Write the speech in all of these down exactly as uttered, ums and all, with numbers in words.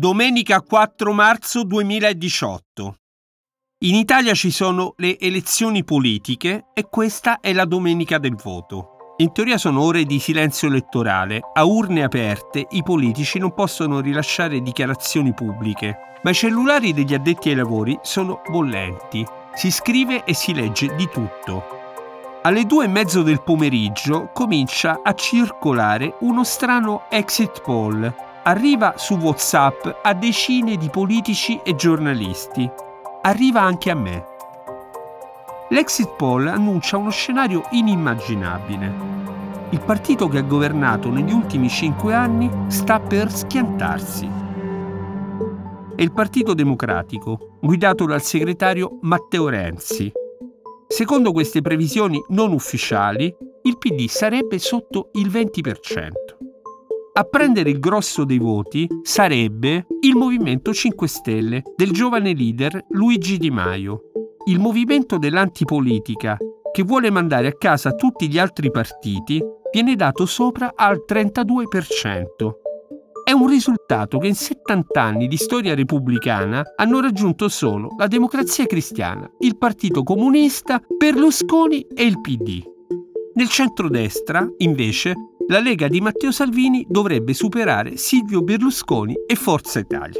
Domenica quattro marzo duemiladiciotto. In Italia ci sono le elezioni politiche e questa è la domenica del voto. In teoria sono ore di silenzio elettorale. A urne aperte i politici non possono rilasciare dichiarazioni pubbliche, ma i cellulari degli addetti ai lavori sono bollenti. Si scrive e si legge di tutto. Alle due e mezzo del pomeriggio comincia a circolare uno strano exit poll. Arriva su WhatsApp a decine di politici e giornalisti. Arriva anche a me. L'exit poll annuncia uno scenario inimmaginabile. Il partito che ha governato negli ultimi cinque anni sta per schiantarsi. È il Partito Democratico, guidato dal segretario Matteo Renzi. Secondo queste previsioni non ufficiali, il P D sarebbe sotto il venti per cento. A prendere il grosso dei voti sarebbe il Movimento cinque Stelle del giovane leader Luigi Di Maio, il movimento dell'antipolitica che vuole mandare a casa tutti gli altri partiti, viene dato sopra al trentadue per cento. È un risultato che in settanta anni di storia repubblicana hanno raggiunto solo la Democrazia Cristiana, il Partito Comunista, Berlusconi e il P D. Nel centrodestra, invece, la Lega di Matteo Salvini dovrebbe superare Silvio Berlusconi e Forza Italia.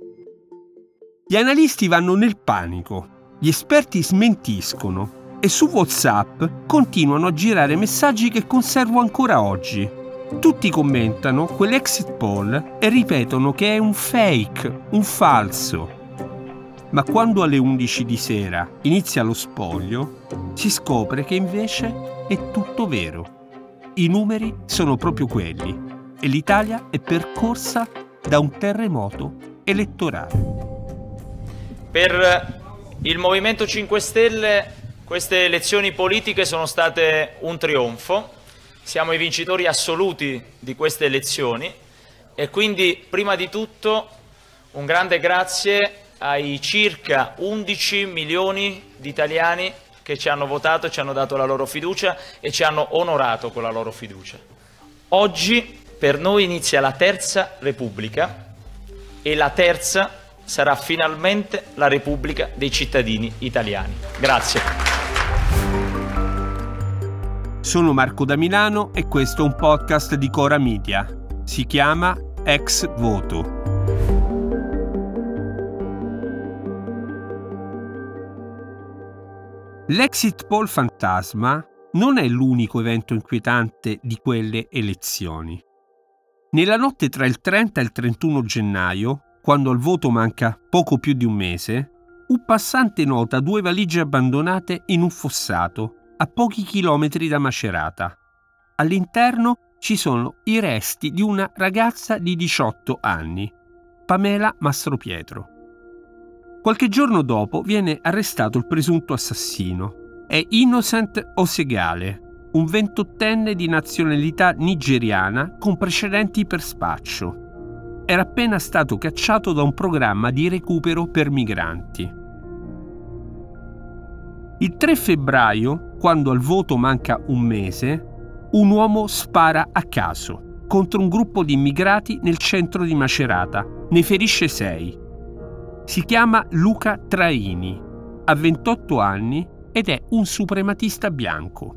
Gli analisti vanno nel panico, gli esperti smentiscono e su WhatsApp continuano a girare messaggi che conservo ancora oggi. Tutti commentano quell'exit poll e ripetono che è un fake, un falso. Ma quando alle undici di sera inizia lo spoglio, si scopre che invece è tutto vero. I numeri sono proprio quelli e l'Italia è percorsa da un terremoto elettorale. Per il Movimento cinque Stelle queste elezioni politiche sono state un trionfo. Siamo i vincitori assoluti di queste elezioni e quindi prima di tutto un grande grazie ai circa undici milioni di italiani che ci hanno votato, ci hanno dato la loro fiducia e ci hanno onorato con la loro fiducia. Oggi per noi inizia la terza Repubblica e la terza sarà finalmente la Repubblica dei cittadini italiani. Grazie. Sono Marco da Milano e questo è un podcast di Cora Media. Si chiama Ex Voto. L'exit poll fantasma non è l'unico evento inquietante di quelle elezioni. Nella notte tra il trenta e il trentuno gennaio, quando al voto manca poco più di un mese, un passante nota due valigie abbandonate in un fossato a pochi chilometri da Macerata. All'interno ci sono i resti di una ragazza di diciotto anni, Pamela Mastropietro. Qualche giorno dopo viene arrestato il presunto assassino. È Innocent Osegale, un ventottenne di nazionalità nigeriana con precedenti per spaccio. Era appena stato cacciato da un programma di recupero per migranti. Il tre febbraio, quando al voto manca un mese, un uomo spara a caso contro un gruppo di immigrati nel centro di Macerata. Ne ferisce sei. Si chiama Luca Traini, ha ventotto anni ed è un suprematista bianco.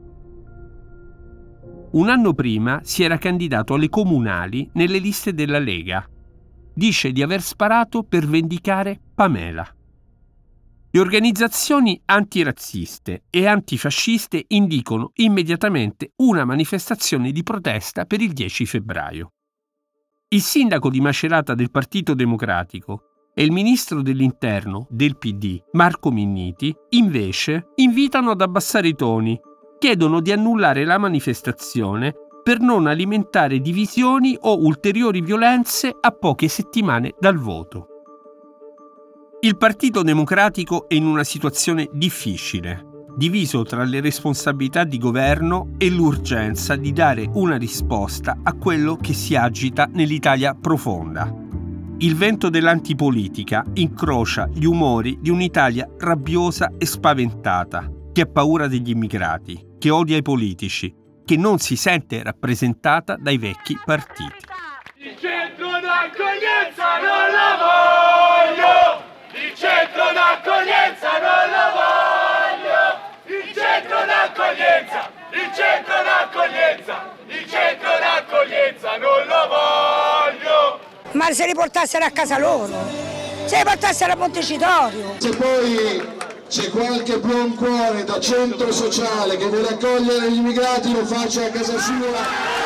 Un anno prima si era candidato alle comunali nelle liste della Lega. Dice di aver sparato per vendicare Pamela. Le organizzazioni antirazziste e antifasciste indicano immediatamente una manifestazione di protesta per il dieci febbraio. Il sindaco di Macerata del Partito Democratico e il ministro dell'Interno del P D, Marco Minniti, invece invitano ad abbassare i toni, chiedono di annullare la manifestazione per non alimentare divisioni o ulteriori violenze a poche settimane dal voto. Il Partito Democratico è in una situazione difficile, diviso tra le responsabilità di governo e l'urgenza di dare una risposta a quello che si agita nell'Italia profonda. Il vento dell'antipolitica incrocia gli umori di un'Italia rabbiosa e spaventata, che ha paura degli immigrati, che odia i politici, che non si sente rappresentata dai vecchi partiti. Il centro d'accoglienza non la voglio! Il centro d'accoglienza non lo voglio! Il centro d'accoglienza! Il centro d'accoglienza! Il centro d'accoglienza non lo voglio! Ma se li portassero a casa loro, se li portassero a Montecitorio. Se poi c'è qualche buon cuore da centro sociale che vuole accogliere gli immigrati, lo faccia a casa sua.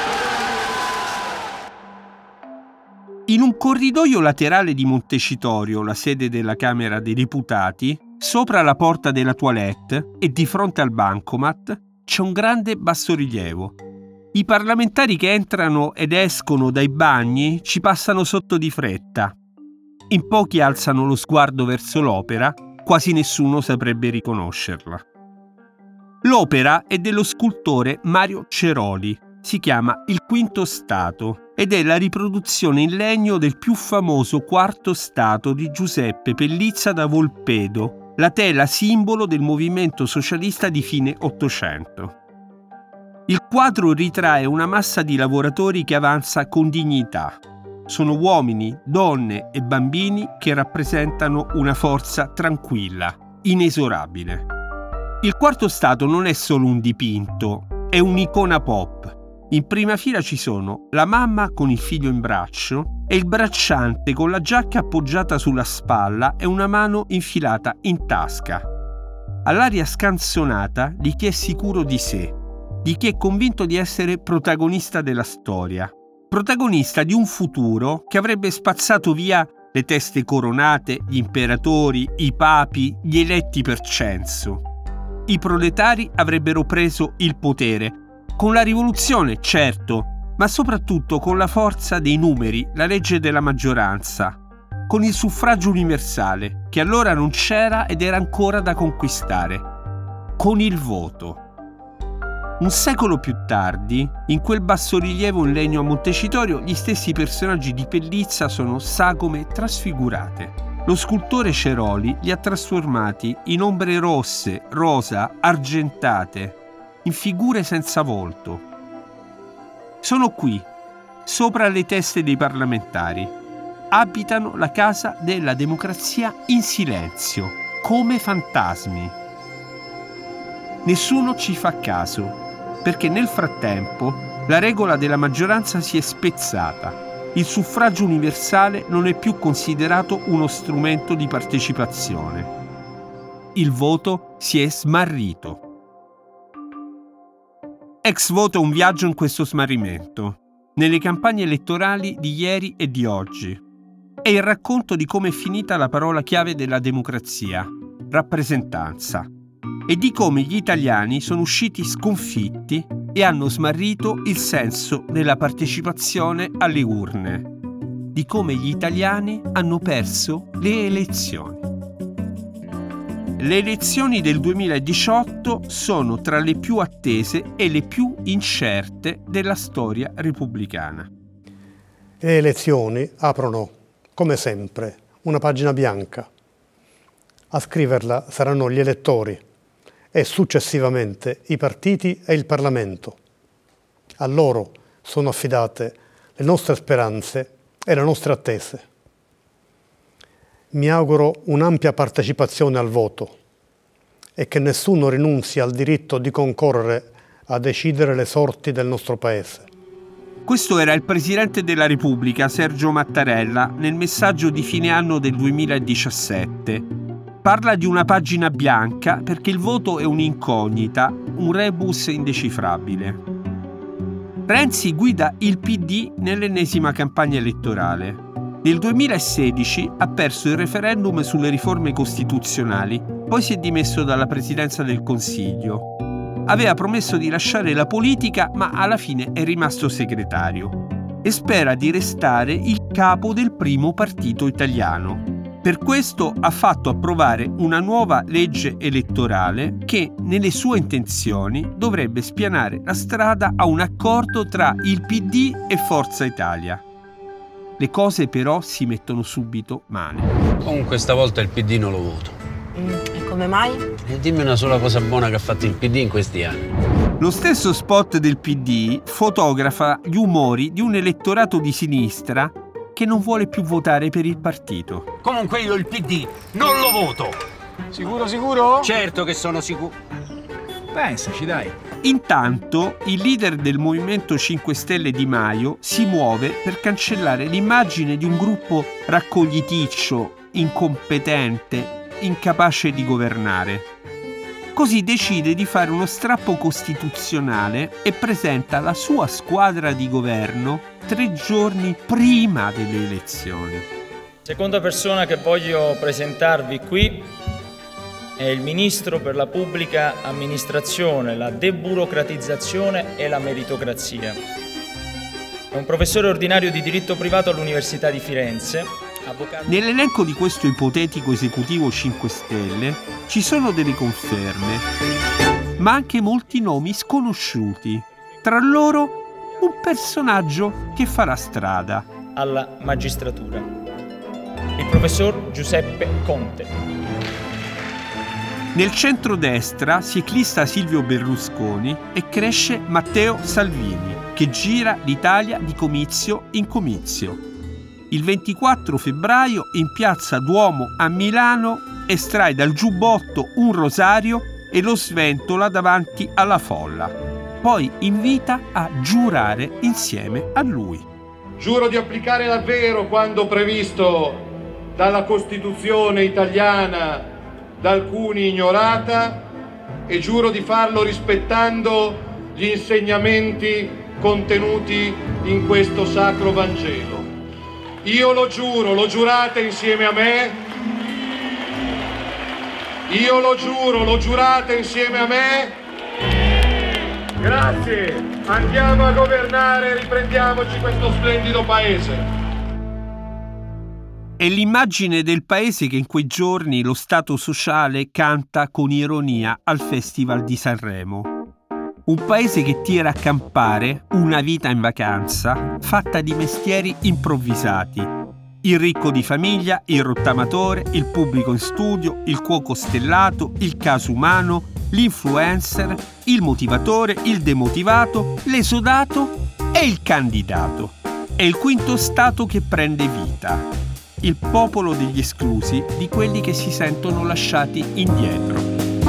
In un corridoio laterale di Montecitorio, la sede della Camera dei Deputati, sopra la porta della toilette e di fronte al bancomat c'è un grande bassorilievo. I parlamentari che entrano ed escono dai bagni ci passano sotto di fretta. In pochi alzano lo sguardo verso l'opera, quasi nessuno saprebbe riconoscerla. L'opera è dello scultore Mario Ceroli, si chiama Il Quinto Stato ed è la riproduzione in legno del più famoso Quarto Stato di Giuseppe Pellizza da Volpedo, la tela simbolo del movimento socialista di fine Ottocento. Il quadro ritrae una massa di lavoratori che avanza con dignità. Sono uomini, donne e bambini che rappresentano una forza tranquilla, inesorabile. Il Quarto Stato non è solo un dipinto, è un'icona pop. In prima fila ci sono la mamma con il figlio in braccio e il bracciante con la giacca appoggiata sulla spalla e una mano infilata in tasca. All'aria scanzonata di chi è sicuro di sé, di chi è convinto di essere protagonista della storia, protagonista di un futuro che avrebbe spazzato via le teste coronate, gli imperatori, i papi, gli eletti per censo. I proletari avrebbero preso il potere, con la rivoluzione, certo, ma soprattutto con la forza dei numeri, la legge della maggioranza, con il suffragio universale, che allora non c'era ed era ancora da conquistare, con il voto. Un secolo più tardi, in quel bassorilievo in legno a Montecitorio, gli stessi personaggi di Pellizza sono sagome trasfigurate. Lo scultore Ceroli li ha trasformati in ombre rosse, rosa, argentate, in figure senza volto. Sono qui, sopra le teste dei parlamentari. Abitano la casa della democrazia in silenzio, come fantasmi. Nessuno ci fa caso, perché nel frattempo la regola della maggioranza si è spezzata. Il suffragio universale non è più considerato uno strumento di partecipazione. Il voto si è smarrito. Ex Voto è un viaggio in questo smarrimento, nelle campagne elettorali di ieri e di oggi. È il racconto di come è finita la parola chiave della democrazia, rappresentanza, e di come gli italiani sono usciti sconfitti e hanno smarrito il senso della partecipazione alle urne, di come gli italiani hanno perso le elezioni. Le elezioni del duemiladiciotto sono tra le più attese e le più incerte della storia repubblicana. Le elezioni aprono, come sempre, una pagina bianca. A scriverla saranno gli elettori e successivamente i partiti e il Parlamento. A loro sono affidate le nostre speranze e le nostre attese. Mi auguro un'ampia partecipazione al voto e che nessuno rinunzi al diritto di concorrere a decidere le sorti del nostro Paese. Questo era il Presidente della Repubblica, Sergio Mattarella, nel messaggio di fine anno del duemiladiciassette. Parla di una pagina bianca perché il voto è un'incognita, un rebus indecifrabile. Renzi guida il P D nell'ennesima campagna elettorale. Nel duemilasedici ha perso il referendum sulle riforme costituzionali, poi si è dimesso dalla presidenza del Consiglio. Aveva promesso di lasciare la politica, ma alla fine è rimasto segretario e spera di restare il capo del primo partito italiano. Per questo ha fatto approvare una nuova legge elettorale che, nelle sue intenzioni, dovrebbe spianare la strada a un accordo tra il P D e Forza Italia. Le cose però si mettono subito male. Comunque stavolta il P D non lo voto. Mm, e come mai? E dimmi una sola cosa buona che ha fatto il P D in questi anni. Lo stesso spot del P D fotografa gli umori di un elettorato di sinistra che non vuole più votare per il partito. Comunque io il P D non lo voto. Sicuro, sicuro? Certo che sono sicuro. Pensaci, dai. Intanto il leader del Movimento cinque Stelle Di Maio si muove per cancellare l'immagine di un gruppo raccogliticcio, incompetente, incapace di governare. Così decide di fare uno strappo costituzionale e presenta la sua squadra di governo tre giorni prima delle elezioni. Seconda persona che voglio presentarvi qui è il Ministro per la Pubblica Amministrazione, la deburocratizzazione e la meritocrazia. È un professore ordinario di diritto privato all'Università di Firenze. Avvocato... Nell'elenco di questo ipotetico esecutivo cinque Stelle ci sono delle conferme, ma anche molti nomi sconosciuti. Tra loro un personaggio che farà strada. Alla magistratura. Il professor Giuseppe Conte. Nel centrodestra si eclissa Silvio Berlusconi e cresce Matteo Salvini, che gira l'Italia di comizio in comizio. Il ventiquattro febbraio in piazza Duomo a Milano estrae dal giubbotto un rosario e lo sventola davanti alla folla. Poi invita a giurare insieme a lui. Giuro di applicare davvero quanto previsto dalla Costituzione italiana, da alcuni ignorata, e giuro di farlo rispettando gli insegnamenti contenuti in questo sacro Vangelo. Io lo giuro, lo giurate insieme a me? Io lo giuro, lo giurate insieme a me? Grazie, andiamo a governare e riprendiamoci questo splendido paese. È l'immagine del paese che in quei giorni lo Stato sociale canta con ironia al Festival di Sanremo. Un paese che tira a campare una vita in vacanza fatta di mestieri improvvisati. Il ricco di famiglia, il rottamatore, il pubblico in studio, il cuoco stellato, il caso umano, l'influencer, il motivatore, il demotivato, l'esodato e il candidato. È il quinto stato che prende vita. Il popolo degli esclusi, di quelli che si sentono lasciati indietro.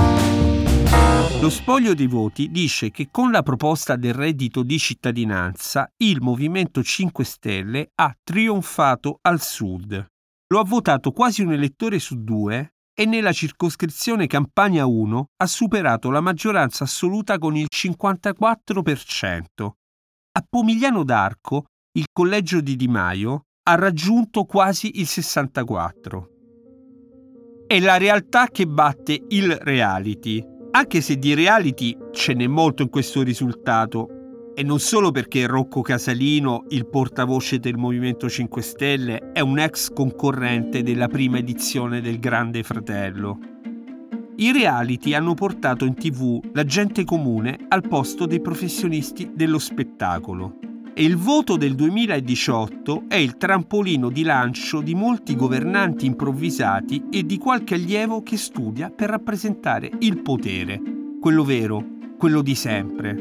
Lo spoglio dei voti dice che con la proposta del reddito di cittadinanza il Movimento cinque Stelle ha trionfato al sud. Lo ha votato quasi un elettore su due e nella circoscrizione Campania uno ha superato la maggioranza assoluta con il cinquantaquattro per cento. A Pomigliano d'Arco, il collegio di Di Maio ha raggiunto quasi il sessantaquattro. È la realtà che batte il reality, anche se di reality ce n'è molto in questo risultato, e non solo perché Rocco Casalino, il portavoce del Movimento cinque Stelle, è un ex concorrente della prima edizione del Grande Fratello. I reality hanno portato in tivù la gente comune al posto dei professionisti dello spettacolo. E il voto del duemiladiciotto è il trampolino di lancio di molti governanti improvvisati e di qualche allievo che studia per rappresentare il potere, quello vero, quello di sempre.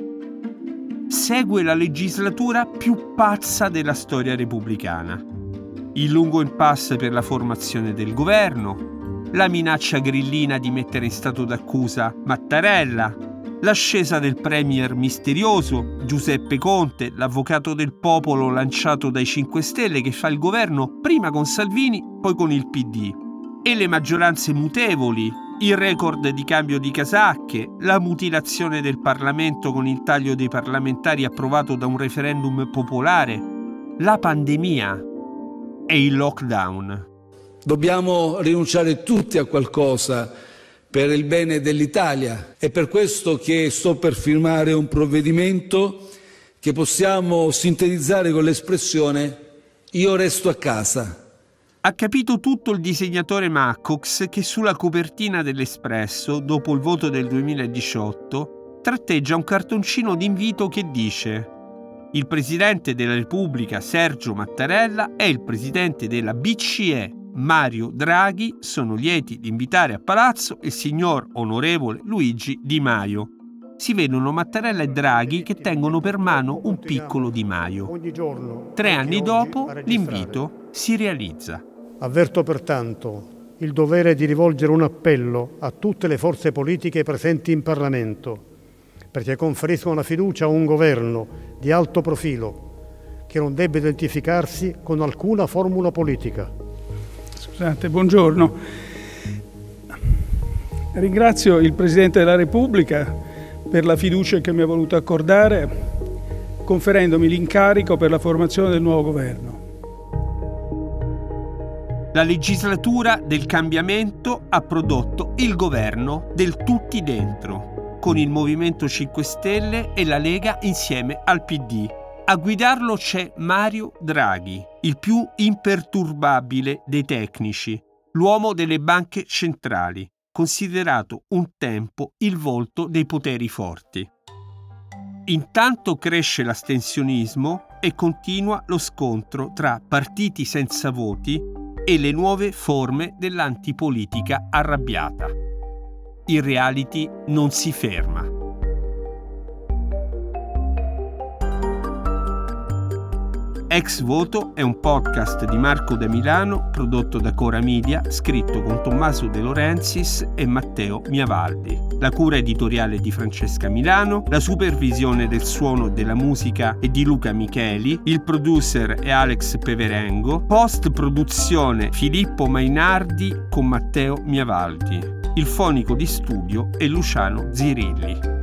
Segue la legislatura più pazza della storia repubblicana. Il lungo impasse per la formazione del governo, la minaccia grillina di mettere in stato d'accusa Mattarella, l'ascesa del premier misterioso Giuseppe Conte, l'avvocato del popolo lanciato dai cinque Stelle che fa il governo prima con Salvini, poi con il P D, e le maggioranze mutevoli, il record di cambio di casacche, la mutilazione del Parlamento con il taglio dei parlamentari approvato da un referendum popolare, la pandemia e il lockdown. Dobbiamo rinunciare tutti a qualcosa per il bene dell'Italia. È per questo che sto per firmare un provvedimento che possiamo sintetizzare con l'espressione «io resto a casa». Ha capito tutto il disegnatore Maccox che sulla copertina dell'Espresso, dopo il voto del duemiladiciotto, tratteggia un cartoncino d'invito che dice: il Presidente della Repubblica Sergio Mattarella e il Presidente della B C E Mario Draghi sono lieti di invitare a palazzo il signor onorevole Luigi Di Maio. si vedono Mattarella e Draghi che tengono per mano un piccolo Di Maio. Tre anni dopo l'invito si realizza. Avverto pertanto il dovere di rivolgere un appello a tutte le forze politiche presenti in Parlamento perché conferiscono la fiducia a un governo di alto profilo che non debba identificarsi con alcuna formula politica. Scusate, buongiorno. Ringrazio il Presidente della Repubblica per la fiducia che mi ha voluto accordare, conferendomi l'incarico per la formazione del nuovo governo. La legislatura del cambiamento ha prodotto il governo del tutti dentro, con il Movimento cinque Stelle e la Lega insieme al P D. A guidarlo c'è Mario Draghi, il più imperturbabile dei tecnici, l'uomo delle banche centrali, considerato un tempo il volto dei poteri forti. Intanto cresce l'astensionismo e continua lo scontro tra partiti senza voti e le nuove forme dell'antipolitica arrabbiata. Il reality non si ferma. Ex Voto è un podcast di Marco da Milano prodotto da Cora Media, scritto con Tommaso De Laurentiis e Matteo Miavaldi. La cura editoriale di Francesca Milano, la supervisione del suono e della musica è di Luca Micheli, il producer è Alex Peverengo, post produzione Filippo Mainardi con Matteo Miavaldi. Il fonico di studio è Luciano Zirilli.